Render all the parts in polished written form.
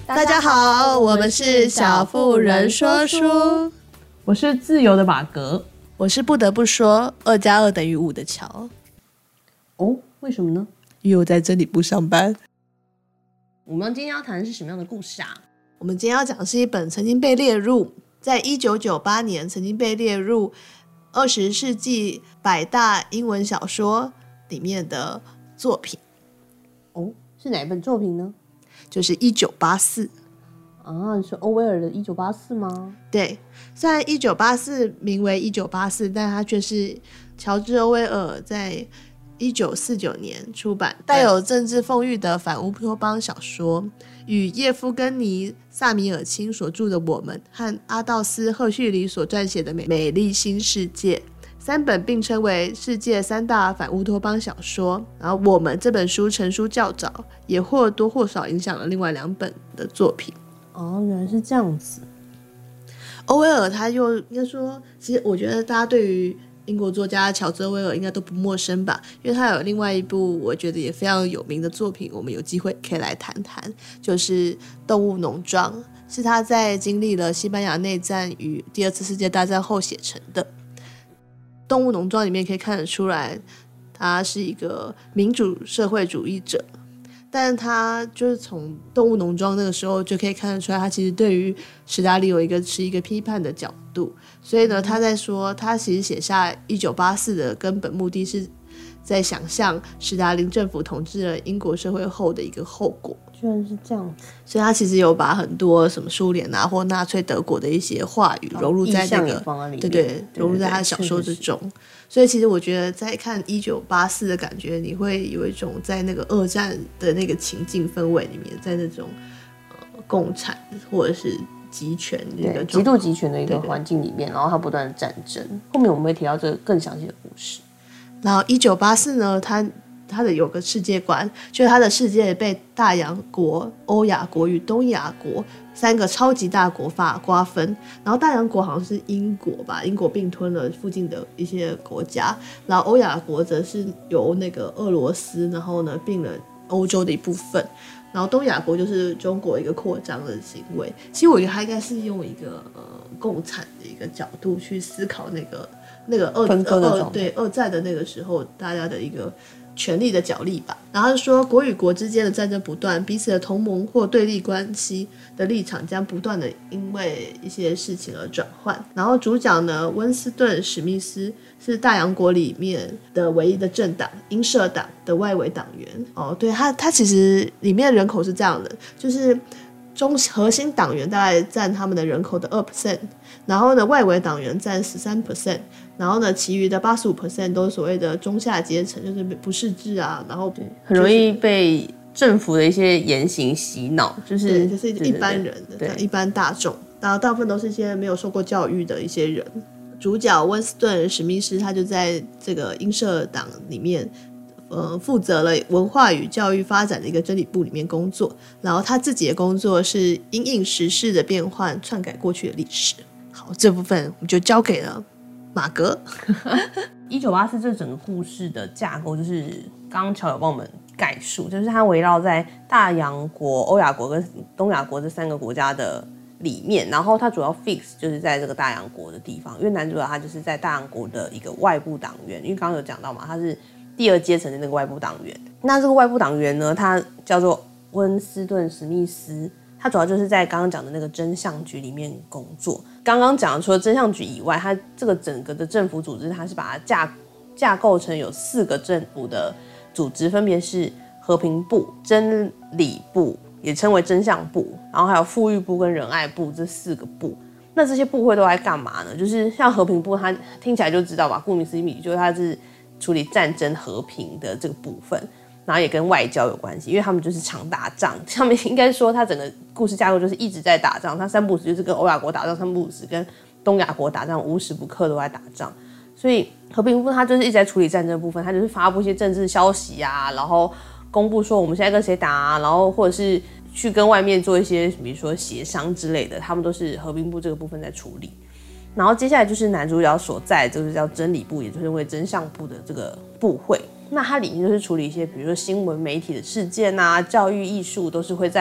大家好，我们是小妇人说书， 我是自由的马格， 我是不得不说2+2=5的乔。 哦，为什么呢？ 因为我在真理部上班。 我们今天要谈的是什么样的故事啊？ 我们今天要讲的是一本曾经被列入在1998年曾经被列入20世纪100大英文小说里面的作品。 哦，是哪一本作品呢？ 就是1984。 啊，是欧威尔的1984吗？ 对，虽然1984名为1984，但它却是乔治·欧威尔在1949年出版带有政治风韵的反乌托邦小说，与叶夫根尼·萨米尔钦所著的《我们》和阿道斯·赫胥黎所撰写的《美丽新世界》3本并称为世界3大反乌托邦小说。然后《我们》这本书成书较早，也或多或少影响了另外2本的作品。 哦，原来是这样子。 欧威尔他又应该说，其实我觉得大家对于英国作家乔治·欧威尔应该都不陌生吧，因为他有另外一部我觉得也非常有名的作品，我们有机会可以来谈谈，就是《动物农庄》，是他在经历了西班牙内战与第2次世界大战后写成的。《动物农庄》里面可以看得出来，他是一个民主社会主义者，但他就是从《动物农庄》那个时候就可以看得出来，他其实对于史达林持一个批判的角度。所以呢，他在说他其实写下1984的根本目的是在想象史达林政府统治了英国社会后的一个后果。 居然是这样子， 所以他其实有把很多什么苏联啊或纳粹德国的一些话语融入在那个对，融入在他的小说之中。所以其实我觉得在看1984的感觉，你会有一种在那个二战的那个情境氛围里面，在那种共产或者是集权那个极度集权的一个环境里面，然后他不断的战争。后面我们会提到这个更详细的故事。 然后1984呢，它的有个世界观，就是它的世界被大洋国、欧亚国与东亚国3个超级大国瓜分。然后大洋国好像是英国吧，英国并吞了附近的一些国家，然后欧亚国则是由那个俄罗斯，然后呢并了欧洲的一部分。然后东亚国就是中国一个扩张的行为。其实我觉得他应该是用一个共产的一个角度去思考那个二战的那个时候大家的一个权力的角力吧。然后他说国与国之间的战争不断，彼此的同盟或对立关系的立场将不断的因为一些事情而转换。然后主角呢，温斯顿·史密斯是大洋国里面的唯一的政党英社党的外围党员。对，他其实里面的人口是这样的，就是核心党员大概占他们的人口的 2%， 然后呢外围党员占 13%， 然后呢其余的 85% 都是所谓的中下阶层，就是不识字啊，然后、 很容易被政府的一些言行洗脑，就是一般人的一般大众，然后大部分都是一些没有受过教育的一些人。主角温斯顿·史密斯他就在这个英社党里面负责了文化与教育发展的一个真理部里面工作，然后他自己的工作是因应时事的变换篡改过去的历史。好，这部分我们就交给了马格。 1984这整个故事的架构就是刚刚乔有帮我们概述，就是它围绕在大洋国、欧亚国跟东亚国这3个国家的里面，然后它主要 fix 就是在这个大洋国的地方，因为男主角他就是在大洋国的一个外部党员，因为刚刚有讲到嘛，他是第2阶层的那个外部党员。那这个外部党员呢，他叫做温斯顿·史密斯，他主要就是在刚刚讲的那个真相局里面工作。刚刚讲除了真相局以外，他这个整个的政府组织，他是把它架构成有4个政府的组织，分别是和平部、真理部，也称为真相部，然后还有富裕部跟仁爱部这4个部。那这些部会都在干嘛呢？就是像和平部，它听起来就知道吧，顾名思义，就是它是处理战争和平的这个部分，然后也跟外交有关系，因为他们就是常打仗。上面应该说，它整个故事架构就是一直在打仗，它3不5时就是跟欧亚国打仗，3不5时跟东亚国打仗，无时不刻都在打仗。所以和平部它就是一直在处理战争部分，它就是发布一些政治消息啊，然后公布说我们现在跟谁打啊，然后或者是去跟外面做一些比如说协商之类的，他们都是和平部这个部分在处理。然后接下来就是男主角所在，就是叫真理部，也就是为真相部的这个部会。那它里面就是处理一些比如说新闻媒体的事件啊，教育艺术都是会在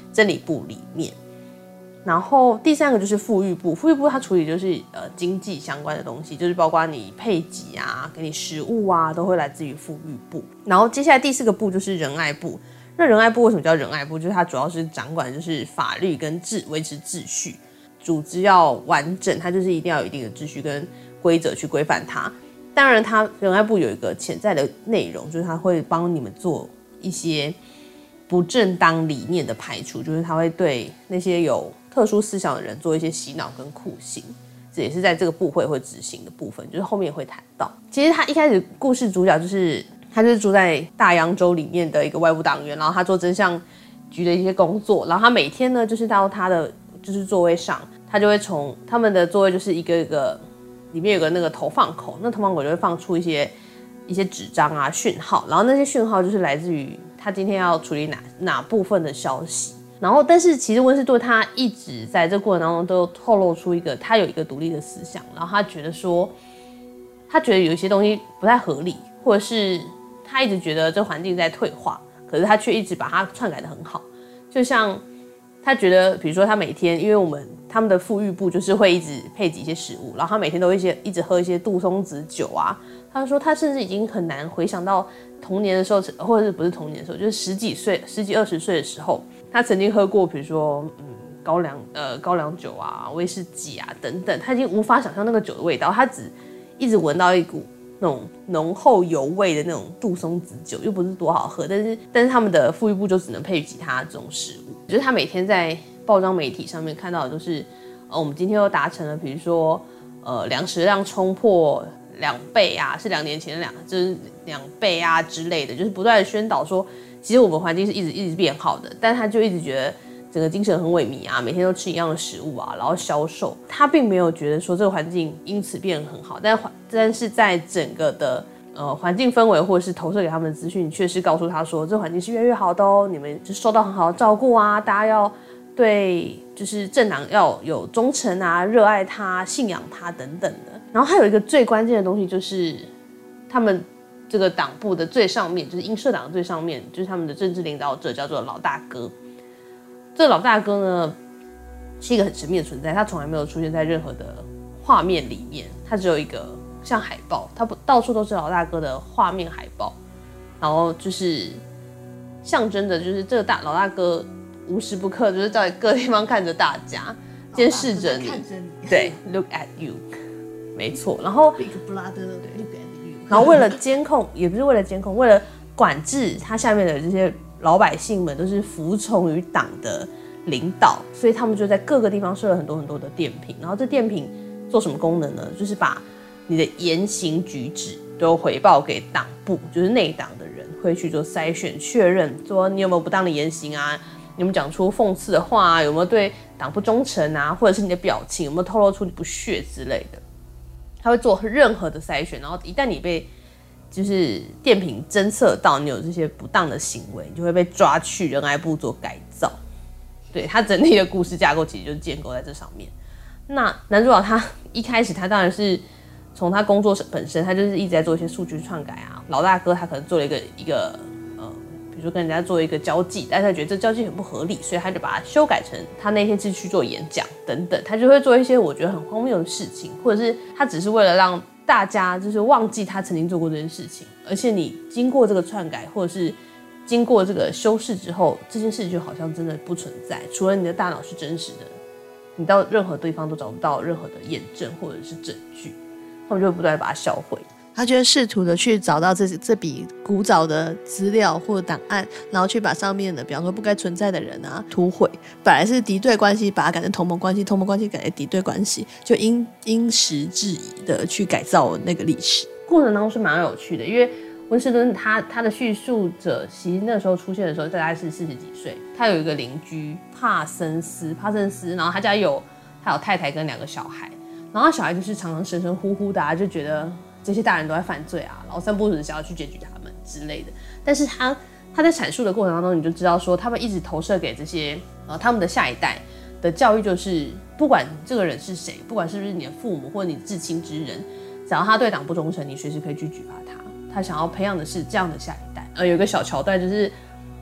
真理部里面。然后第三个就是妇育部，妇育部它处理就是经济相关的东西，就是包括你配给啊、给你食物啊，都会来自于妇育部。然后接下来第四个部就是仁爱部。那仁爱部为什么叫仁爱部？就是它主要是掌管就是法律跟维持秩序，组织要完整，它就是一定要有一定的秩序跟规则去规范它。当然，它仁爱部有一个潜在的内容，就是它会帮你们做一些不正当理念的排除，就是它会对那些有特殊思想的人做一些洗脑跟酷刑，这也是在这个部会会执行的部分，就是后面也会谈到。其实他一开始故事主角就是他就是住在大洋洲里面的一个外部党员，然后他做真相局的一些工作，然后他每天呢就是到他的就是座位上，他就会从他们的座位就是一个一个里面有个那个投放口，那投放口就会放出一些纸张啊讯号，然后那些讯号就是来自于他今天要处理哪部分的消息。然后，但是其实温斯顿他一直在这个过程当中都透露出他有一个独立的思想，然后他觉得有一些东西不太合理，或者是他一直觉得这环境在退化，可是他却一直把它篡改得很好。就像他觉得，比如说他每天，因为他们的妇育部就是会一直配给一些食物，然后他每天都一直喝一些杜松子酒啊。他说他甚至已经很难回想到童年的时候，或者是不是童年的时候，就是十几20岁的时候，他曾经喝过，比如说高粱酒啊、威士忌啊等等，他已经无法想象那个酒的味道，他只一直闻到一股那种浓厚油味的那种杜松子酒，又不是多好喝，但是他们的妇育部就只能配给他这种食物。就是他每天在报章媒体上面看到的都是，我们今天又达成了，比如说粮食量冲破2倍啊，是2年前的就是2倍啊之类的，就是不断的宣导说，其实我们环境是一直变好的，但他就一直觉得整个精神很萎靡啊，每天都吃一样的食物啊，然后消瘦。他并没有觉得说这个环境因此变得很好，但是在整个的环境氛围或者是投射给他们的资讯，确实告诉他说，这个环境是越来越好的哦，你们就受到很好的照顾啊，大家要对就是政党要有忠诚啊，热爱他、信仰他等等的。然后还有一个最关键的东西，就是他们这个党部的最上面，就是英社党的最上面，就是他们的政治领导者叫做老大哥。这个老大哥呢，是一个很神秘的存在，他从来没有出现在任何的画面里面，他只有一个像海报，他到处都是老大哥的画面海报，然后就是象征着就是这个老大哥无时不刻就是在各地方看着大家，监视着你，对 ，look at you。没错，然后然后为了监控，也不是为了监控，为了管制他下面的这些老百姓们，都是服从于党的领导，所以他们就在各个地方设了很多很多的电瓶。然后这电瓶做什么功能呢？就是把你的言行举止都回报给党部，就是内党的人会去做筛选确认，说你有没有不当的言行啊，你有没有讲出讽刺的话啊，有没有对党不忠诚啊，或者是你的表情有没有透露出你不屑之类的。他会做任何的筛选，然后一旦你被就是电瓶侦测到你有这些不当的行为，你就会被抓去仁爱部做改造。对，他整体的故事架构其实就是建构在这上面。那男主角他一开始他当然是从他工作本身，他就是一直在做一些数据篡改啊。老大哥他可能做了一个比如说跟人家做一个交际，但是他觉得这交际很不合理，所以他就把它修改成他那天是去做演讲等等，他就会做一些我觉得很荒谬的事情，或者是他只是为了让大家就是忘记他曾经做过这件事情，而且你经过这个篡改或者是经过这个修饰之后，这件事就好像真的不存在，除了你的大脑是真实的，你到任何地方都找不到任何的验证或者是证据，他们就会不断把它销毁。 他就会试图的去找到这笔古早的资料或档案，然后去把上面的比方说不该存在的人啊涂毁，本来是敌对关系把它改成同盟关系，同盟关系改成敌对关系，就因时制宜的去改造那个历史。 过程当中是蛮有趣的，因为温斯顿他的叙述者其实那时候出现的时候大概是40几岁，他有一个邻居帕森斯，然后他家有太太跟2个小孩，然后他小孩就是常常神神乎乎的就觉得这些大人都在犯罪啊，然后三不五时想要去检举他们之类的。但是他在阐述的过程当中，你就知道说，他们一直投射给这些他们的下一代的教育，就是不管这个人是谁，不管是不是你的父母或者你至亲之人，只要他对党不忠诚，你随时可以去举发他。他想要培养的是这样的下一代。有一个小桥段就是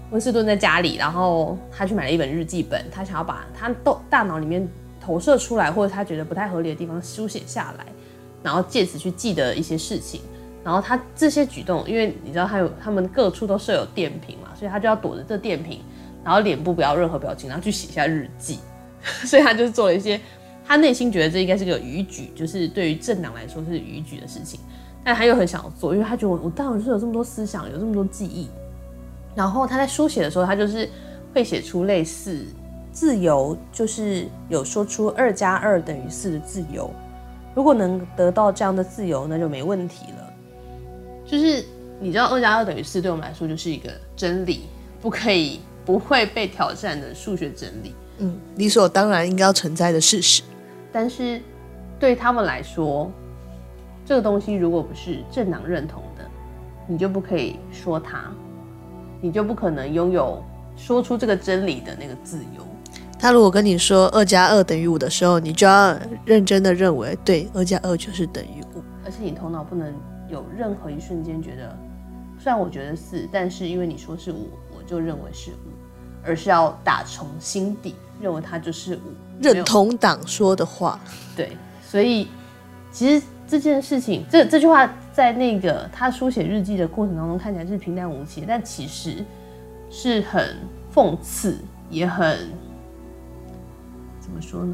温斯顿在家里，然后他去买了一本日记本，他想要把他大脑里面投射出来或者他觉得不太合理的地方书写下来，然后借此去记得一些事情。然后他这些举动，因为你知道他们各处都设有电瓶嘛，所以他就要躲着这电瓶，然后脸部不要任何表情，然后去写下日记。所以他就做了一些他内心觉得这应该是个逾矩，就是对于政党来说是逾矩的事情，但他又很想做，因为他觉得我当然是有这么多思想，有这么多记忆。然后他在书写的时候，他就是会写出类似自由，就是有说出2+2=4的自由。如果能得到这样的自由，那就没问题了。就是你知道2+2=4对我们来说就是一个真理，不会被挑战的数学真理。 理所当然应该要存在的事实。 但是对他们来说，这个东西如果不是政党认同的，你就不可以说它，你就不可能拥有说出这个真理的那个自由。 他如果跟你说2+2=5的时候，你就要认真的认为，对，2+2就是等于5。 而且你头脑不能有任何一瞬间觉得，虽然我觉得4，但是因为你说是5，我就认为是5，而是要打从心底认为它就是5， 认同党说的话。 对，所以其实这件事情，这句话在那个他书写日记的过程当中看起来是平淡无奇，但其实是很讽刺，也很怎么说呢？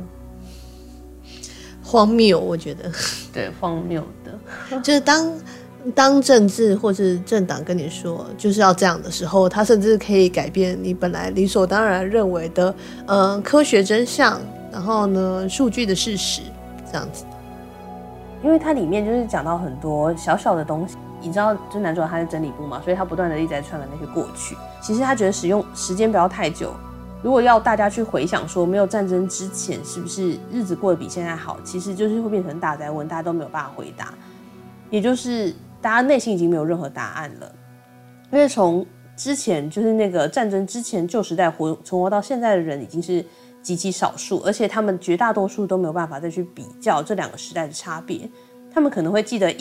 荒谬，我觉得。 对，荒谬的。 就是当政治或是政党跟你说就是要这样的时候，他甚至可以改变你本来理所当然认为的科学真相，然后呢数据的事实这样子。 因为它里面就是讲到很多小小的东西，你知道，就男主角他是真理部嘛，所以他不断的一直在篡改那些过去。其实他觉得使用时间不要太久，如果要大家去回想说没有战争之前是不是日子过得比现在好，其实就是会变成大灾问，大家都没有办法回答，也就是大家内心已经没有任何答案了。因为从之前就是那个战争之前旧时代存活到现在的人已经是极其少数，而且他们绝大多数都没有办法再去比较这两个时代的差别。他们可能会记得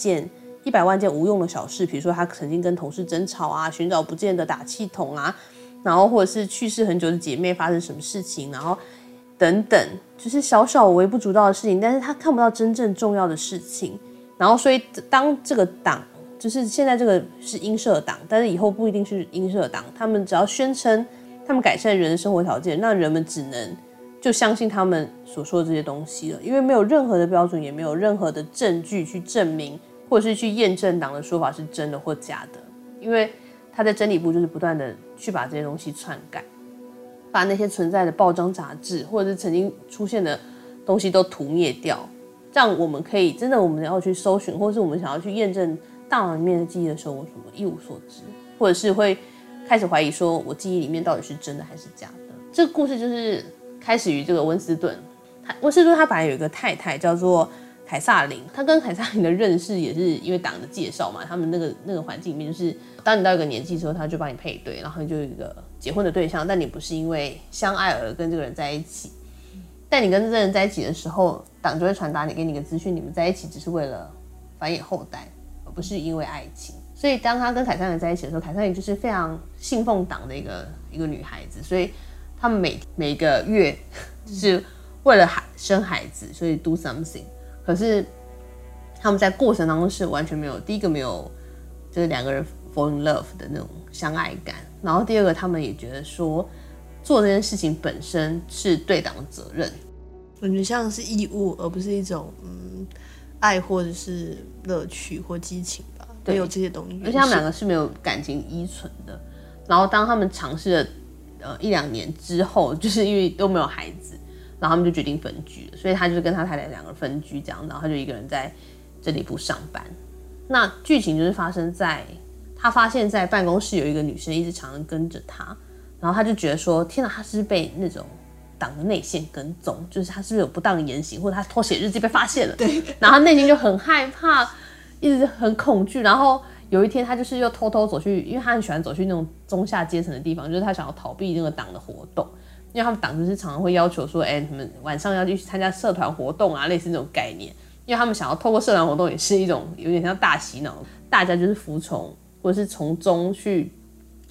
100万件无用的小事，比如说他曾经跟同事争吵啊，寻找不见的打气筒啊，然后或者是去世很久的姐妹发生什么事情，然后等等，就是小小微不足道的事情，但是他看不到真正重要的事情。然后所以当这个党，就是现在这个是英社党，但是以后不一定是英社党，他们只要宣称他们改善人的生活条件，那人们只能就相信他们所说的这些东西了，因为没有任何的标准，也没有任何的证据去证明或者是去验证党的说法是真的或假的。因为他在真理部就是不断的去把这些东西篡改，把那些存在的报章杂志或者是曾经出现的东西都涂灭掉，这样我们可以真的我们要去搜寻，或者是我们想要去验证大脑里面的记忆的时候，我什么一无所知，或者是会开始怀疑说我记忆里面到底是真的还是假的。这个故事就是开始于这个温斯顿。温斯顿他本来有一个太太叫做凯撒琳，他跟凯撒琳的认识也是因为党的介绍嘛，他们那个环境里面就是当你到一个年纪之后，他就帮你配对，然后你就有一个结婚的对象，但你不是因为相爱而跟这个人在一起，但你跟这个人在一起的时候，党就会传达给你一个资讯，你们在一起只是为了繁衍后代，而不是因为爱情。所以当他跟凯撒琳在一起的时候，凯撒琳就是非常信奉党的一个女孩子，所以他们每个月就是为了生孩子，所以 do something。可是他们在过程当中是完全没有，第一个没有就是两个人 fall in love 的那种相爱感，然后第二个他们也觉得说做这件事情本身是对党的责任， 我觉得像是义务，而不是一种爱或者是乐趣或激情吧，没有这些东西。 而且他们两个是没有感情依存的。然后当他们尝试了1-2年之后，就是因为都没有孩子，然后他们就决定分居了，所以他就跟他太太两个人分居这样，然后他就一个人在真理部上班。那剧情就是发生在他发现在办公室有一个女生一直常常跟着他，然后他就觉得说天哪，他是被那种党的内线跟踪，就是他是不是有不当的言行，或者他偷写日记被发现了，对，然后他内心就很害怕，一直很恐惧。然后有一天他就是又偷偷走去，因为他很喜欢走去那种中下阶层的地方，就是他想要逃避那个党的活动，因为他们党就是常常会要求说你们晚上要去参加社团活动啊，类似那种概念，因为他们想要透过社团活动也是一种有点像大洗脑，大家就是服从或者是从中去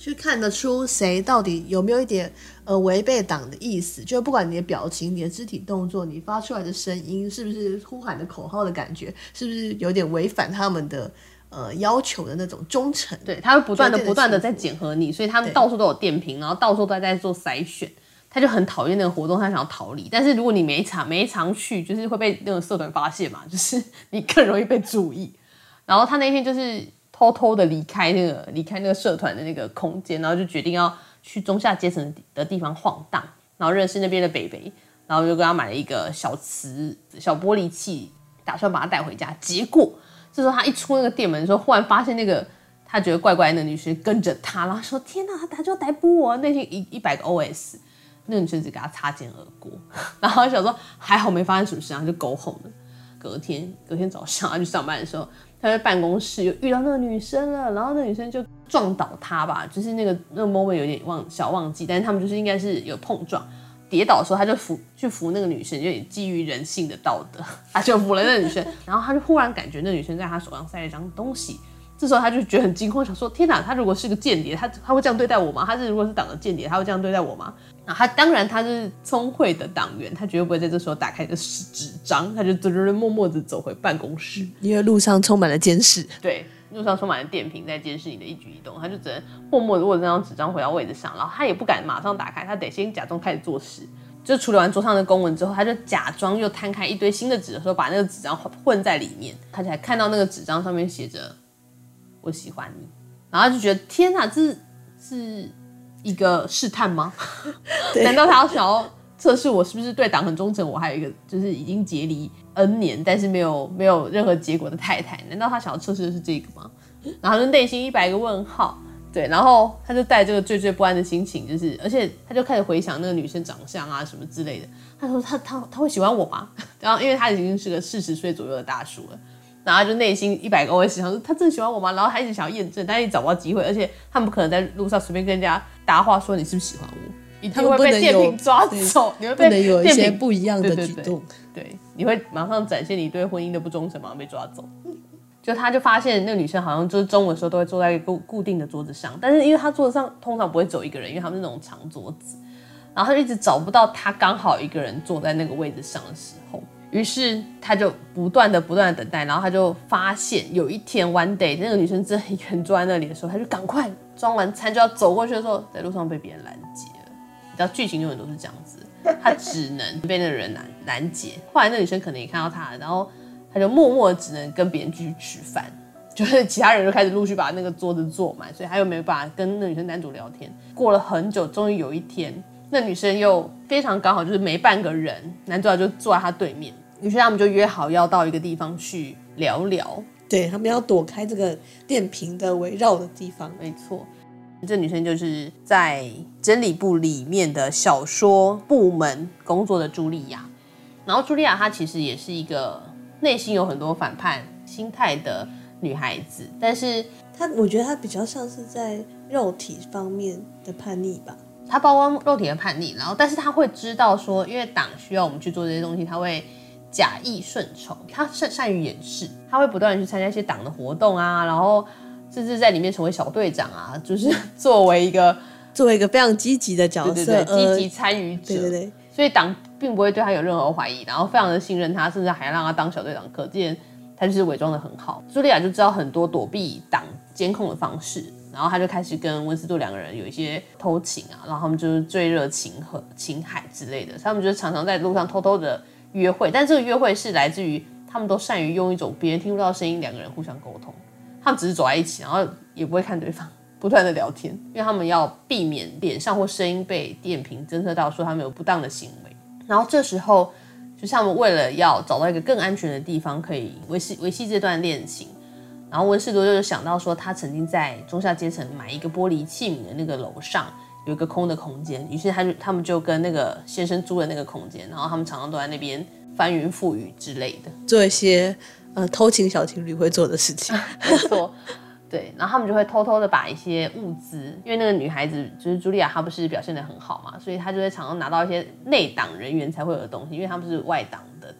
去看得出谁到底有没有一点违背党的意思，就不管你的表情、你的肢体动作、你发出来的声音，是不是呼喊的口号的感觉，是不是有点违反他们的要求的那种忠诚。 对，他会不断的在检核你，所以他们到处都有电瓶，然后到处都在做筛选。他就很讨厌那个活动，他想要逃离。但是如果你每一场去，就是会被那个社团发现嘛，就是你更容易被注意。然后他那天就是偷偷的离开那个社团的那个空间，然后就决定要去中下阶层的地方晃荡，然后认识那边的北北，然后就跟他买了一个小玻璃器，打算把他带回家。结果这时候他一出那个店门的时候，忽然发现那个他觉得怪怪的那个女生跟着他，然后说：“天哪，他就要逮捕我！”内心100个 OS。那个女生只给他擦肩而过，然后想说还好没发生什么事，然后就go home了。隔天早上他去上班的时候，他在办公室又遇到那个女生了，然后那个女生就撞倒他吧，就是那个 moment 有点忘记，但是他们就是应该是有碰撞，跌倒的时候他就去扶那个女生，就有点基于人性的道德，他就扶了那个女生，然后他就忽然感觉那女生在他手上塞了一张东西。这时候他就觉得很惊慌，想说：“天哪，他如果是个间谍，他会这样对待我吗？如果是党的间谍，他会这样对待我吗？”当然他是聪慧的党员，他绝对不会在这时候打开一个纸张，他就默默地走回办公室， 因为路上充满了监视。 对，路上充满了电瓶在监视你的一举一动，他就只能默默地握着那张纸张回到位置上，然后他也不敢马上打开，他得先假装开始做事。就处理完桌上的公文之后，他就假装又摊开一堆新的纸的时候，把那个纸张混在里面，他才看到那个纸张上面写着“我喜欢你”，然后就觉得天哪，这是一个试探吗？难道他要想要测试我是不是对党很忠诚？我还有一个就是已经结离 N 年，但是没有任何结果的太太，难道他想要测试的是这个吗？然后就内心100个问号。对，然后他就带这个惴惴不安的心情，就是而且他就开始回想那个女生长相啊什么之类的。他说他会喜欢我吗？然后因为他已经是个40岁左右的大叔了。然后他就内心100个 OS 想说他真的喜欢我吗？然后他一直想要验证，但是找不到机会，而且他们不可能在路上随便跟人家搭话说你是不是喜欢我，一定会被电瓶抓走，你会被不能有一些不一样的举动， 对，你会马上展现你对婚姻的不忠诚，马上被抓走。就他就发现那个女生好像就是中午的时候都会坐在一个固定的桌子上，但是因为他桌子上通常不会走一个人，因为他们是那种长桌子，然后他就一直找不到他刚好一个人坐在那个位置上的时候。于是他就不断的等待，然后他就发现有一天 one day 那个女生真的一个人坐在那里的时候，他就赶快装完餐就要走过去的时候，在路上被别人拦截了。你知道剧情永远都是这样子，他只能被那个人拦截。后来那女生可能也看到他，然后他就默默只能跟别人继续吃饭，就是其他人就开始陆续把那个桌子坐满，所以他又没办法跟那女生单独聊天。过了很久，终于有一天，那女生又非常刚好就是没半个人，男主角就坐在他对面。于是他们就约好要到一个地方去聊聊， 对，他们要躲开这个电瓶的围绕的地方。 没错，这女生就是在真理部里面的小说部门工作的茱莉亚。然后茱莉亚她其实也是一个内心有很多反叛心态的女孩子，但是我觉得她比较像是在肉体方面的叛逆吧。 她包括肉体的叛逆，然后但是她会知道说，因为党需要我们去做这些东西，她会假意顺从，他善于掩饰，他会不断的去参加一些党的活动啊，然后甚至在里面成为小队长啊，就是作为一个非常积极的角色， 对积极参与者， 对， 所以党并不会对他有任何怀疑，然后非常的信任他，甚至还让他当小队长，可见他就是伪装的很好。茱莉亚就知道很多躲避党监控的方式，然后他就开始跟温斯顿2个人有一些偷情啊，然后他们就是坠热情海之类的，他们就是常常在路上偷偷的约会，但这个约会是来自于他们都善于用一种别人听不到的声音，2个人互相沟通。他们只是走在一起，然后也不会看对方，不断的聊天，因为他们要避免脸上或声音被电瓶侦测到说他们有不当的行为。然后这时候，就是他们为了要找到一个更安全的地方，可以维系这段恋情，然后温士多就想到说，他曾经在中下阶层买一个玻璃器皿的那个楼上有一个空的空间，于是他们就跟那个先生租了那个空间，然后他们常常都在那边翻云覆雨之类的， 做一些偷情小情侣会做的事情。 没错，对，然后他们就会偷偷的把一些物资，因为那个女孩子就是茱莉亚，她不是表现得很好嘛，所以她就会常常拿到一些内党人员才会有的东西，因为他们是外党的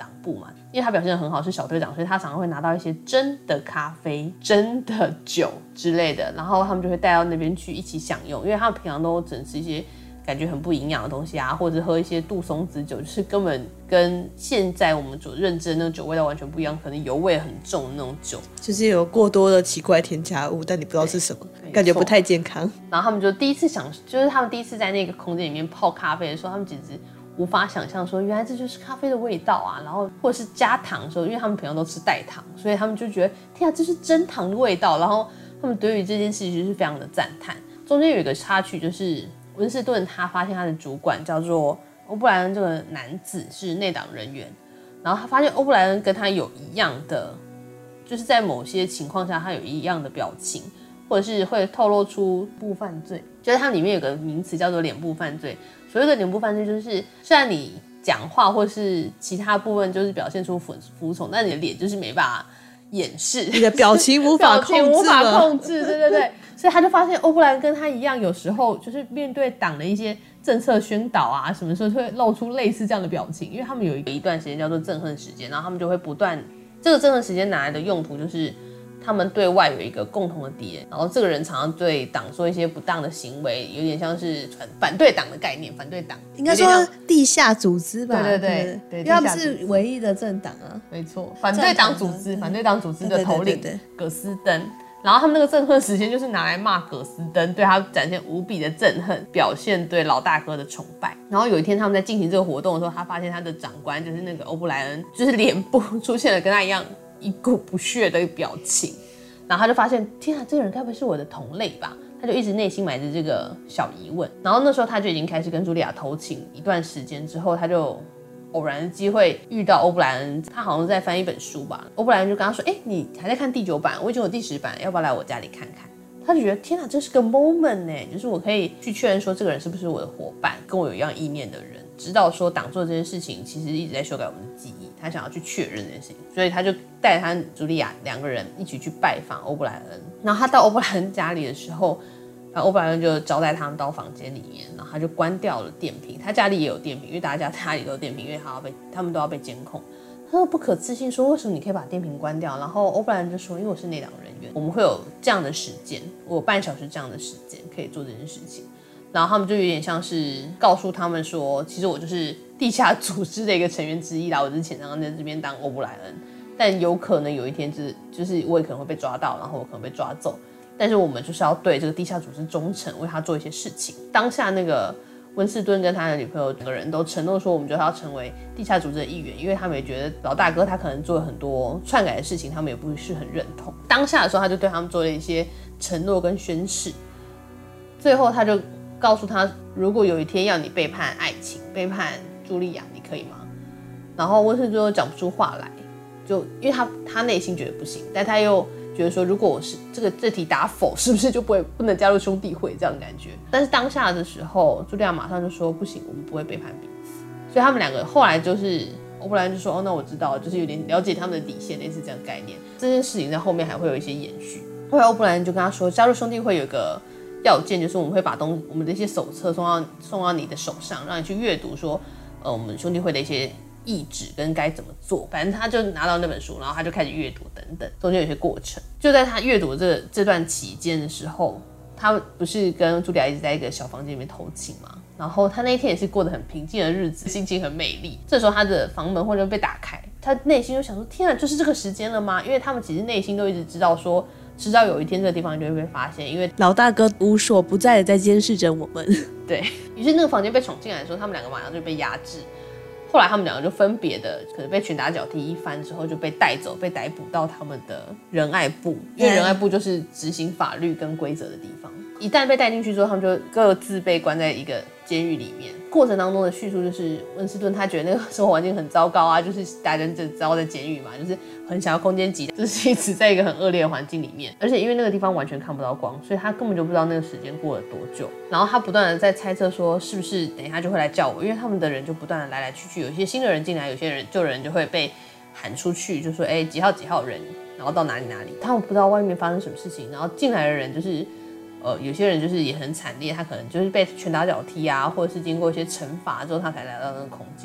党部嘛，因为他表现得很好，是小队长，所以他常常会拿到一些真的咖啡、真的酒之类的，然后他们就会带到那边去一起享用，因为他们平常都只能吃一些感觉很不营养的东西啊，或者喝一些杜松子酒，就是根本跟现在我们所认知的那种酒味道完全不一样，可能油味很重的那种酒， 就是有过多的奇怪添加物，但你不知道是什么，感觉不太健康。 然后他们就第一次就是他们第一次在那个空间里面泡咖啡的时候，他们简直无法想象说原来这就是咖啡的味道啊，然后或者是加糖的时候，因为他们平常都吃代糖，所以他们就觉得天啊，这是真糖的味道，然后他们对于这件事情就是非常的赞叹。中间有一个插曲，就是温斯顿他发现他的主管叫做欧布莱恩这个男子是内党人员，然后他发现欧布莱恩跟他有一样的，就是在某些情况下他有一样的表情，或者是会透露出部犯罪，就是它里面有个名词叫做脸部犯罪。所谓的脸部犯罪，就是虽然你讲话或是其他部分就是表现出服从，但你的脸就是没办法掩饰， 你的表情无法控制了， 无法控制，对对对。所以他就发现欧布莱恩跟他一样，有时候就是面对党的一些政策宣导啊，什么时候会露出类似这样的表情，因为他们有一段时间叫做憎恨时间，然后他们就会不断，这个憎恨时间拿来的用途就是他们对外有一个共同的敌人，然后这个人常常对党做一些不当的行为，有点像是反对党的概念，反对党应该说地下组织吧？ 对对对对， 因为他们是唯一的政党啊， 没错，反对党组织，反对党组织的头领葛斯登。然后他们那个憎恨时间就是拿来骂葛斯登，对他展现无比的憎恨，表现对老大哥的崇拜。然后有一天他们在进行这个活动的时候，他发现他的长官就是那个欧布莱恩，就是脸部出现了跟他一样一股不屑的表情，然后他就发现天啊，这个人该不会是我的同类吧？他就一直内心埋着这个小疑问。然后那时候他就已经开始跟茱莉亚偷情一段时间之后，他就偶然的机会遇到欧布莱恩，他好像在翻一本书吧。欧布莱恩就跟他说：“你还在看第9版？我已经有第10版，要不要来我家里看看？”他就觉得天哪，这是个 moment 呢，就是我可以去确认说这个人是不是我的伙伴，跟我有一样意念的人，知道说党做这件事情其实一直在修改我们的记忆，他想要去确认这件事情，所以他就带他茱莉亚2个人一起去拜访欧布莱恩。然后他到欧布莱恩家里的时候，欧布莱恩就招待他们到房间里面，然后他就关掉了电瓶。他家里也有电瓶，因为大家家里都有电瓶，因为他们都要被监控。他说不可置信说为什么你可以把电瓶关掉？然后欧布莱恩就说因为我是内党人员，我们会有这样的时间，我有半小时这样的时间可以做这件事情。然后他们就有点像是告诉他们说，其实我就是地下组织的一个成员之一啦，我只是潜藏在这边当欧布莱恩，但有可能有一天就是我也可能会被抓到，然后我可能被抓走，但是我们就是要对这个地下组织忠诚，为他做一些事情。当下那个温斯顿跟他的女朋友2个人都承诺说，我们就要成为地下组织的一员，因为他们也觉得老大哥他可能做了很多篡改的事情，他们也不是很认同。当下的时候，他就对他们做了一些承诺跟宣誓。最后，他就告诉他，如果有一天要你背叛爱情，背叛茱莉亚，你可以吗？然后温斯顿又讲不出话来，就因为他内心觉得不行，但他又觉得说，如果我是这题打否，是不是就不能加入兄弟会这样的感觉？但是当下的时候，茱莉亚马上就说不行，我们不会背叛彼此。所以他们2个后来就是欧布莱恩就说，哦，那我知道了，就是有点了解他们的底线，类似这样的概念。这件事情在后面还会有一些延续。后来欧布莱恩就跟他说，加入兄弟会有一个要件，就是我们会把我们的一些手册送到你的手上，让你去阅读说，我们兄弟会的一些意志跟该怎么做。反正他就拿到那本书，然后他就开始阅读等等，中间有些过程。就在他阅读这段期间的时候，他不是跟茱莉亚一直在一个小房间里面偷情吗？然后他那一天也是过得很平静的日子，心情很美丽。这时候他的房门忽然被打开，他内心就想说，天啊，就是这个时间了吗？因为他们其实内心都一直知道说，迟早有一天这个地方就会被发现，因为老大哥无所不在的在监视着我们。 对，于是那个房间被闯进来的时候，他们2个马上就被压制。后来他们2个就分别的可能被拳打脚踢一番之后，就被带走，被逮捕到他们的仁爱部，因为仁爱部就是执行法律跟规则的地方。一旦被带进去之后，他们就各自被关在一个监狱里面。过程当中的叙述就是温斯顿他觉得那个生活环境很糟糕啊，就是大家就知道在监狱嘛，就是很想要空间挤，就是一直在一个很恶劣的环境里面。而且因为那个地方完全看不到光，所以他根本就不知道那个时间过了多久。然后他不断的在猜测说，是不是等一下就会来叫我，因为他们的人就不断的来来去去，有一些新的人进来，有些旧人就会被喊出去，就说几号几号人，然后到哪里哪里，他们不知道外面发生什么事情。然后进来的人就是有些人就是也很惨烈，他可能就是被拳打脚踢啊，或者是经过一些惩罚之后，他才来到那个空间。所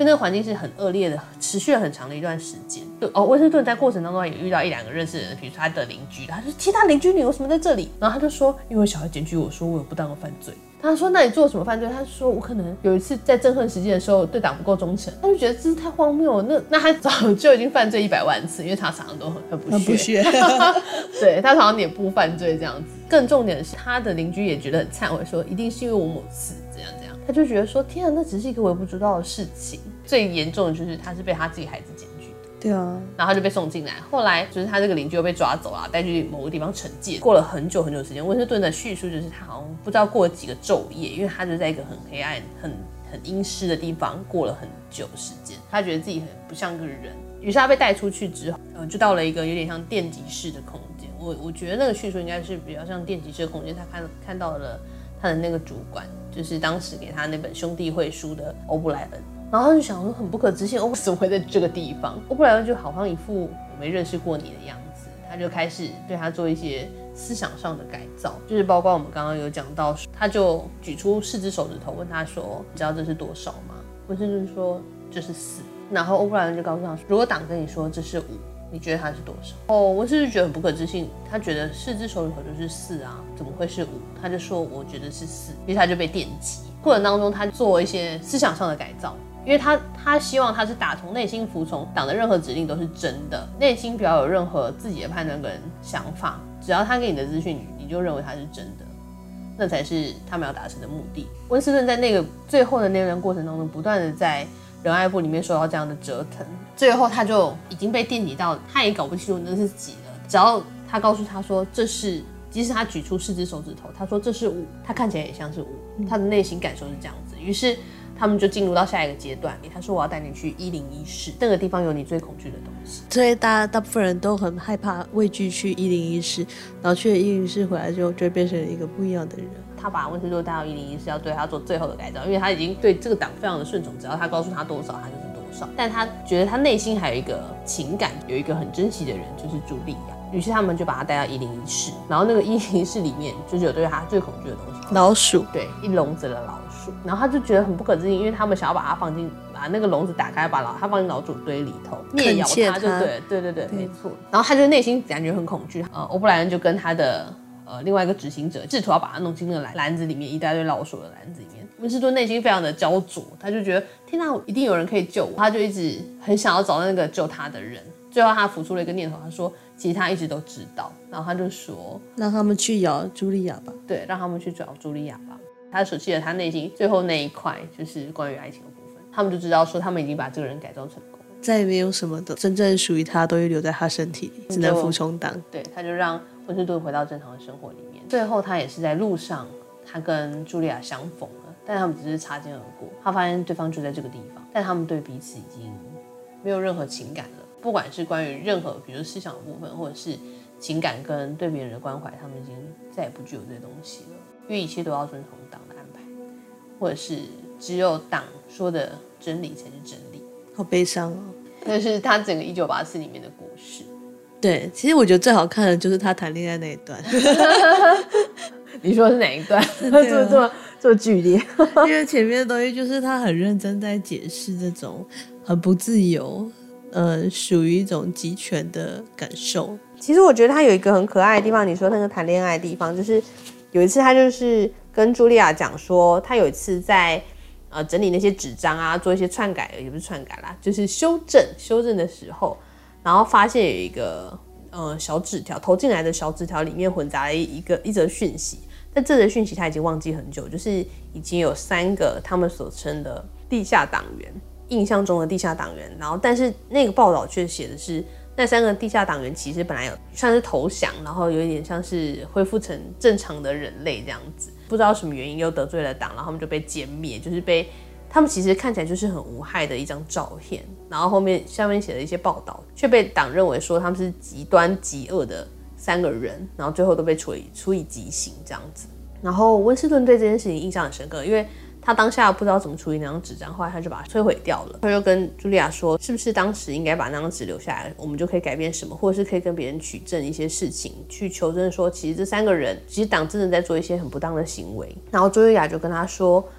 所以那个环境是很恶劣的，持续了很长的一段时间。温斯顿在过程当中也遇到1-2个认识的人，比如说他的邻居，他说其他邻居你为什么在这里？然后他就说因为小孩检举我说我有不当的犯罪。他说那你做了什么犯罪？他说我可能有一次在憎恨时间的时候对党不够忠诚。他就觉得这是太荒谬了，那他早就已经犯罪100万次，因为他常常都很不屑对，他常常脸部犯罪这样子。更重点的是他的邻居也觉得很忏悔，说一定是因为我某次这样，他就觉得说天啊，那只是一个微不足道的事情。最严重的就是他是被他自己孩子检举的， 对啊， 然后他就被送进来。后来就是他这个邻居又被抓走了，带去某个地方惩戒。过了很久很久的时间，温斯顿的叙述就是他好像不知道过了几个昼夜，因为他就在一个很黑暗、很阴湿的地方过了很久的时间。他觉得自己很不像个人，于是他被带出去之后，就到了一个有点像电击室的空间。我觉得那个叙述应该是比较像电击室的空间。他看到了他的那个主管，就是当时给他那本兄弟会书的欧布莱恩。然后他就想说很不可置信，我怎么会在这个地方？欧布莱恩就好像一副我没认识过你的样子，他就开始对他做一些思想上的改造，就是包括我们刚刚有讲到，他就举出4只手指头问他说：“你知道这是多少吗？”温斯顿说：“这是4。”然后欧布莱恩就告诉他说：“如果党跟你说这是5，你觉得它是多少？”温斯顿觉得很不可置信，他觉得4只手指头就是4啊，怎么会是5？他就说：“我觉得是4。”于是他就被电击。过程当中，他做一些思想上的改造。因为他希望他是打从内心服从党的任何指令都是真的，内心不要有任何自己的判断跟想法，只要他给你的资讯你就认为他是真的，那才是他们要达成的目的。温斯顿在那个最后的那段过程当中，不断的在仁爱部里面受到这样的折腾，最后他就已经被电击到，他也搞不清楚那是几了。只要他告诉他说这是，即使他举出4只手指头，他说这是5，他看起来也像是5，他的内心感受是这样子。于是他们就进入到下一个阶段，他说我要带你去101室，那个地方有你最恐惧的东西。 所以大部分人都很害怕畏惧去101室，然后去了101室回来就会变成一个不一样的人。 他把温斯顿带到101室，要对他做最后的改造，因为他已经对这个党非常的顺从，只要他告诉他多少他就是多少。但他觉得他内心还有一个情感，有一个很珍惜的人，就是茱莉亚。于是他们就把他带到101室，然后那个101室里面就是有对他最恐惧的东西， 老鼠， 对，一笼子的老鼠。然后他就觉得很不可置信，因为他们想要把它把那个笼子打开，把它放进老鼠堆里头，灭咬它就对，没错。然后他就内心感觉很恐惧。欧布莱恩就跟他的另外一个执行者试图要把它弄进那个篮子里面，一大堆老鼠的篮子里面。温斯顿内心非常的焦灼，他就觉得天哪，一定有人可以救我，他就一直很想要找那个救他的人。最后他浮出了一个念头，他说其实他一直都知道，然后他就说让他们去咬茱莉亚吧。 对，让他们去找茱莉亚吧。他舍弃了他内心最后那一块，就是关于爱情的部分。他们就知道说他们已经把这个人改造成功， 再也没有什么的真正属于他都会留在他身体里，只能服从党。 对，他就让温斯顿回到正常的生活里面。最后他也是在路上，他跟茱莉亚相逢了，但他们只是擦肩而过。他发现对方就在这个地方，但他们对彼此已经没有任何情感了。不管是关于任何比如说思想的部分，或者是情感跟对别人的关怀，他们已经再也不具有这些东西了，因为一切都要遵从党的安排，或者是只有党说的真理才是真理。 好悲伤哦。 这是他整个1984里面的故事。 对，其实我觉得最好看的就是他谈恋爱那一段。 你说的是哪一段？这么剧烈？ 因为前面的东西就是他很认真在解释这种很不自由，属于一种集权的感受。 其实我觉得他有一个很可爱的地方，你说那个谈恋爱的地方，就是有一次他就是跟茱莉亚讲说，他有一次在整理那些纸张啊，做一些篡改，也不是篡改啦，就是修正的时候，然后发现有一个小纸条投进来的小纸条里面混杂了一则讯息，但这则讯息他已经忘记很久，就是已经有3个他们所称的地下党员，印象中的地下党员，然后但是那个报道却写的是那3个地下党员其实本来有算是投降，然后有一点像是恢复成正常的人类这样子，不知道什么原因又得罪了党，然后他们就被歼灭，就是被他们其实看起来就是很无害的一张照片，然后下面写了一些报道，却被党认为说他们是极端极恶的3个人，然后最后都被处以极刑这样子。然后温斯顿对这件事情印象很深刻，因为他当下不知道怎么处理那张纸张，后来他就把它摧毁掉了。他就跟茱莉亚说，是不是当时应该把那张纸留下来，我们就可以改变什么，或者是可以跟别人取证一些事情，去求证说其实这3个人其实党真的在做一些很不当的行为。然后茱莉亚就跟他说，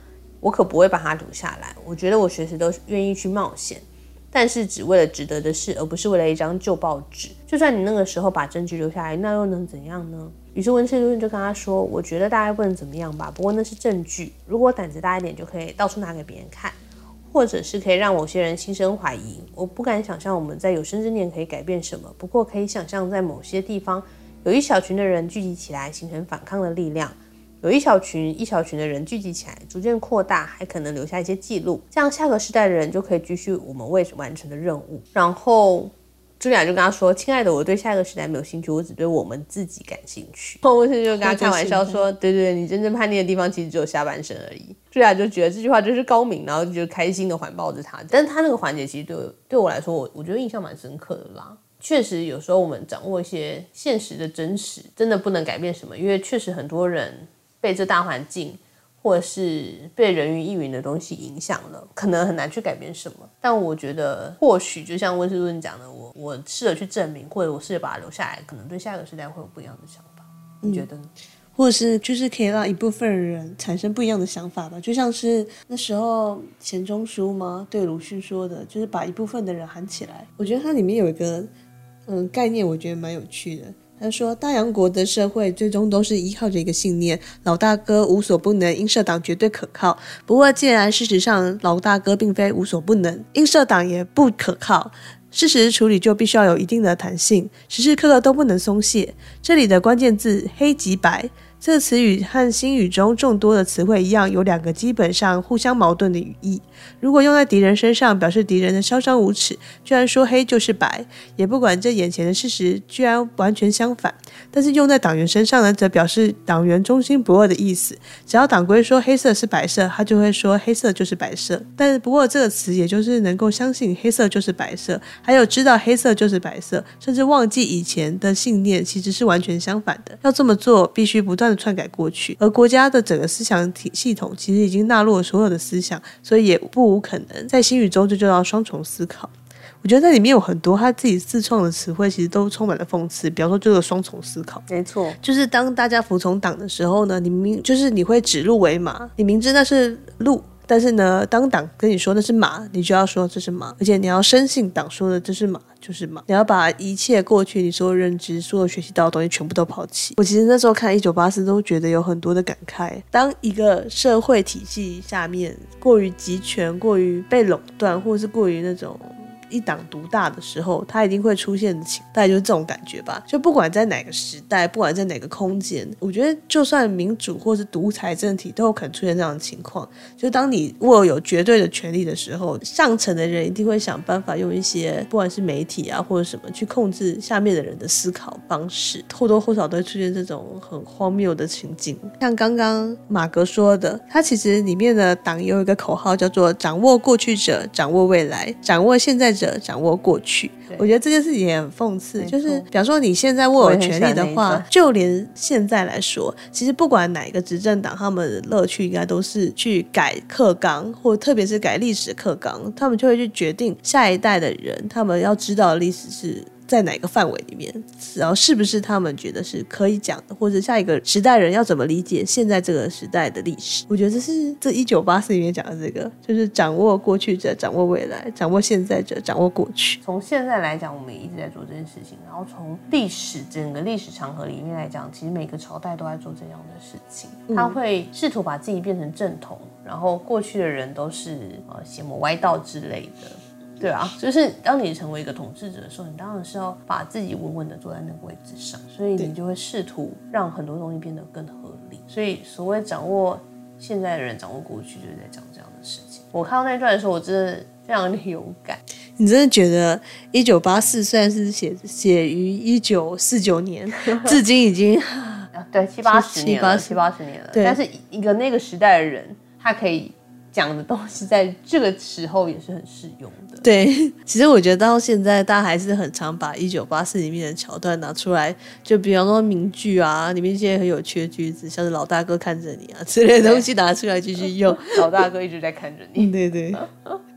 我可不会把它留下来。我觉得我随时都愿意去冒险，但是只为了值得的事，而不是为了一张旧报纸。就算你那个时候把证据留下来，那又能怎样呢？于是温斯顿就跟他说，我觉得大概不能怎么样吧，不过那是证据，如果胆子大一点就可以到处拿给别人看，或者是可以让某些人心生怀疑。我不敢想象我们在有生之年可以改变什么，不过可以想象在某些地方有一小群的人聚集起来，形成反抗的力量，有一小群的人聚集起来，逐渐扩大，还可能留下一些记录，这样下个世代的人就可以继续我们未完成的任务。然后茱莉亚就跟他说，亲爱的，我对下一个时代没有兴趣，我只对我们自己感兴趣。然后温斯顿就跟他开玩笑说，对对对，你真正叛逆的地方其实只有下半身而已。茱莉亚就觉得这句话真是高明，然后就开心的环抱着他。但是他那个环节其实对我来说，我觉得印象蛮深刻的啦。确实有时候我们掌握一些现实的真实，真的不能改变什么，因为确实很多人被这大环境或者是被人云亦云的东西影响了，可能很难去改变什么。但我觉得或许就像温斯顿讲的，我试着去证明，或者我试着把它留下来，可能对下一个时代会有不一样的想法。你觉得呢？ 或者是就是可以让一部分人产生不一样的想法吧，就像是那时候钱钟书吗对鲁迅说的，就是把一部分的人喊起来。我觉得它里面有一个概念，我觉得蛮有趣的。他说，大洋国的社会最终都是依靠着一个信念，老大哥无所不能，英社党绝对可靠。不过既然事实上老大哥并非无所不能，英社党也不可靠，事实处理就必须要有一定的弹性，时时刻刻都不能松懈。这里的关键字黑即白，这个词语和新语中众多的词汇一样，有两个基本上互相矛盾的语义。如果用在敌人身上，表示敌人的嚣张无耻，居然说黑就是白，也不管这眼前的事实居然完全相反。但是用在党员身上呢，则表示党员忠心不二的意思。只要党规说黑色是白色，他就会说黑色就是白色。但不过这个词也就是能够相信黑色就是白色，还有知道黑色就是白色，甚至忘记以前的信念其实是完全相反的。要这么做，必须不断的篡改过去，而国家的整个思想系统其实已经纳入了所有的思想，所以也不无可能在新语中就叫到双重思考。我觉得在里面有很多他自己自创的词汇，其实都充满了讽刺。比方说这个双重思考， 没错， 就是当大家服从党的时候呢，你会指鹿为马，你明知那是鹿，但是呢，当党跟你说那是马，你就要说这是马，而且你要深信党说的这是马就是马，你要把一切过去你所有认知、所有学习到的东西全部都抛弃。我其实那时候看1984都觉得有很多的感慨。当一个社会体系下面过于集权、过于被垄断，或是过于那种一党独大的时候，它一定会出现的情，大概就是这种感觉吧。就不管在哪个时代，不管在哪个空间，我觉得就算民主或是独裁政体都有可能出现这样的情况。就当你握有绝对的权力的时候，上层的人一定会想办法用一些不管是媒体啊或者什么去控制下面的人的思考方式，或多或少都会出现这种很荒谬的情境。像刚刚马格说的，他其实里面的党有一个口号叫做掌握过去者掌握未来，掌握现在者掌握过去。我觉得这件事情也很讽刺，就是比方说你现在握有权力的话，就连现在来说，其实不管哪一个执政党，他们的乐趣应该都是去改课纲，或特别是改历史课纲，他们就会去决定下一代的人他们要知道的历史是在哪个范围里面，然后是不是他们觉得是可以讲的，或者下一个时代人要怎么理解现在这个时代的历史。我觉得这1984里面讲的这个，就是掌握过去者掌握未来，掌握现在者掌握过去。 从现在来讲，我们也一直在做这件事情，然后从整个历史长河里面来讲，其实每个朝代都在做这样的事情。他会试图把自己变成正统，然后过去的人都是邪魔歪道之类的。对啊，就是当你成为一个统治者的时候，你当然是要把自己稳稳的坐在那个位置上，所以你就会试图让很多东西变得更合理。所以所谓掌握现在的人掌握过去，就是在讲这样的事情。我看到那段的时候，我真的非常的有感。 你真的觉得1984虽然是写于1949年，至今已经对七八十年了，但是一个那个时代的人，他可以讲的东西在这个时候也是很适用的。 对，其实我觉得到现在大家还是很常把1984里面的桥段拿出来，就比方说名句啊，里面一些很有趣的句子，像是老大哥看着你啊之类的东西拿出来继续用。 老大哥一直在看着你。 对对。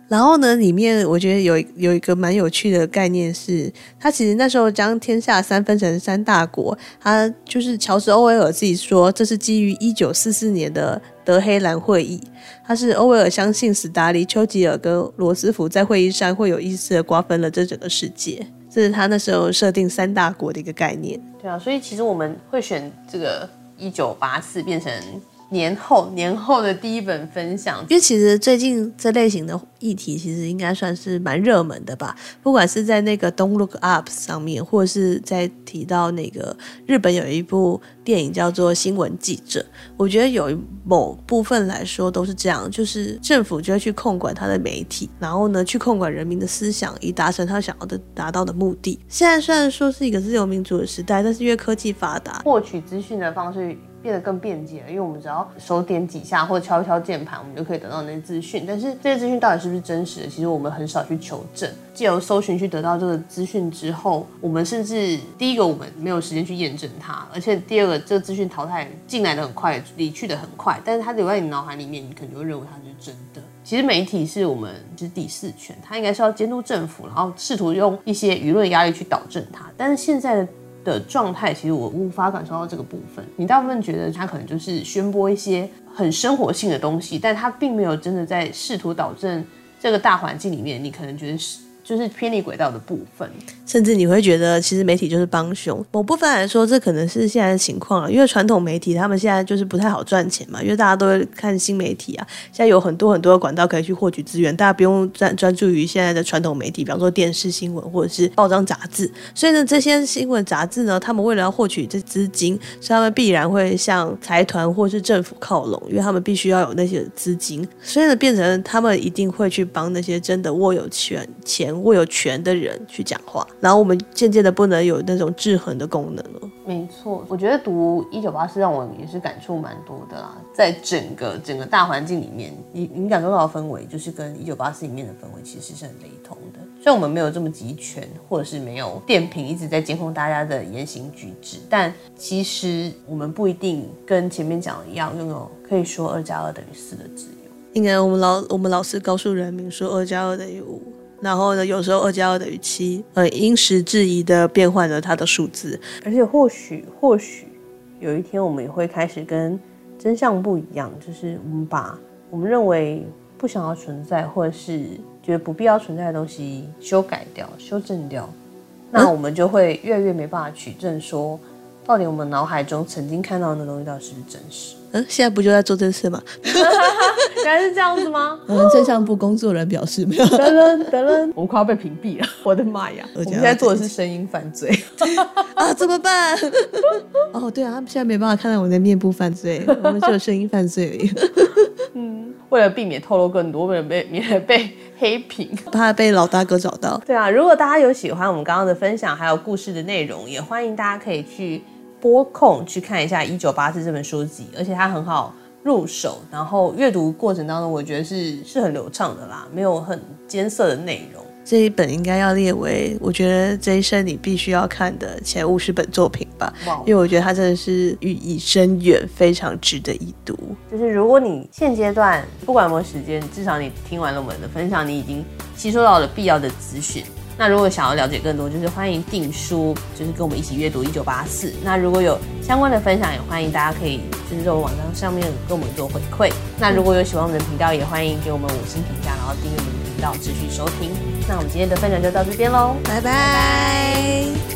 然后呢，里面我觉得有一个蛮有趣的概念是，他其实那时候将天下三分成三大国，他就是乔治·欧威尔自己说，这是基于1944年的德黑兰会议。他是欧威尔相信史达林、丘吉尔跟罗斯福在会议上会有意识的瓜分了这整个世界，这是他那时候设定三大国的一个概念。 对啊，所以其实我们会选这个1984变成年后的第一本分享， 因为其实最近这类型的议题其实应该算是蛮热门的吧，不管是在那个 Don't Look Up 上面，或者是在提到那个日本有一部电影叫做《新闻记者》，我觉得有某部分来说都是这样，就是政府就会去控管他的媒体，然后呢去控管人民的思想，以达成他想要达到的目的。现在虽然说是一个自由民主的时代，但是因为科技发达， 获取资讯的方式变得更便捷了，因为我们只要手点几下或者敲一敲键盘，我们就可以得到那些资讯。但是这些资讯到底是不是真实的，其实我们很少去求证。藉由搜寻去得到这个资讯之后，我们甚至第一个我们没有时间去验证它，而且第二个这个资讯淘汰进来的很快，离去的很快，但是它留在你脑海里面，你可能就会认为它是真的。其实媒体是我们就是第四权，它应该是要监督政府，然后试图用一些舆论压力去导正它。但是现在的状态，其实我无法感受到这个部分。你大部分觉得他可能就是宣播一些很生活性的东西，但他并没有真的在试图导正这个大环境里面，你可能觉得就是偏离轨道的部分， 甚至你会觉得其实媒体就是帮凶。某部分来说，这可能是现在的情况了，因为传统媒体他们现在就是不太好赚钱嘛，因为大家都会看新媒体啊，现在有很多的管道可以去获取资源，大家不用专注于现在的传统媒体，比方说电视新闻或者是报章杂志。所以呢，这些新闻杂志呢，他们为了要获取这资金，所以他们必然会向财团或是政府靠拢，因为他们必须要有那些资金，所以呢，变成他们一定会去帮那些真的握有权的人去讲话，然后我们渐渐的不能有那种制衡的功能了。 没错，我觉得读1984让我也是感触蛮多的啦。在整个大环境里面，你感受到的氛围，就是跟1984里面的氛围其实是很雷同的。虽然我们没有这么集权，或者是没有电瓶一直在监控大家的言行举止，但其实我们不一定跟前面讲的一样，拥有可以说2+2等于4的自由。 应该我们老师告诉人民说2+2等于5。然后呢，有时候2+2等于7，因时制宜的变换了它的数字。 而且或许有一天我们也会开始跟真相不一样，就是我们把我们认为不想要存在或者是觉得不必要存在的东西修改掉、修正掉，那我们就会越来越没办法取证说，到底我们脑海中曾经看到的东西到底是不是真实。 现在不就在做这事吗？ 原来是这样子吗？ 我们真相部工作人表示没有。 我们快要被屏蔽了，我的妈呀！我们现在做的是声音犯罪啊，怎么办？哦，对啊，他们现在没办法看到我的面部犯罪，我们只有声音犯罪而已。 为了避免透露更多，为了免得被黑屏， 怕被老大哥找到。 对啊，如果大家有喜欢我们刚刚的分享，还有故事的内容，也欢迎大家可以去拨空去看一下《1984》这本书籍，而且它很好入手，然后阅读过程当中，我觉得是很流畅的啦，没有很艰涩的内容。 这一本应该要列为我觉得这一生你必须要看的前50本作品吧，因为我觉得它真的是寓意深远，非常值得一读。 就是如果你现阶段不管有没有时间，至少你听完了我们的分享，你已经吸收到了必要的资讯。那如果想要了解更多，就是欢迎订书，就是跟我们一起阅读1984。那如果有相关的分享，也欢迎大家可以就是在我们网站上面跟我们做回馈。那如果有喜欢我们的频道，也欢迎给我们5星评价，然后订阅我们的频道，持续收听。那我们今天的分享就到这边咯， 拜拜。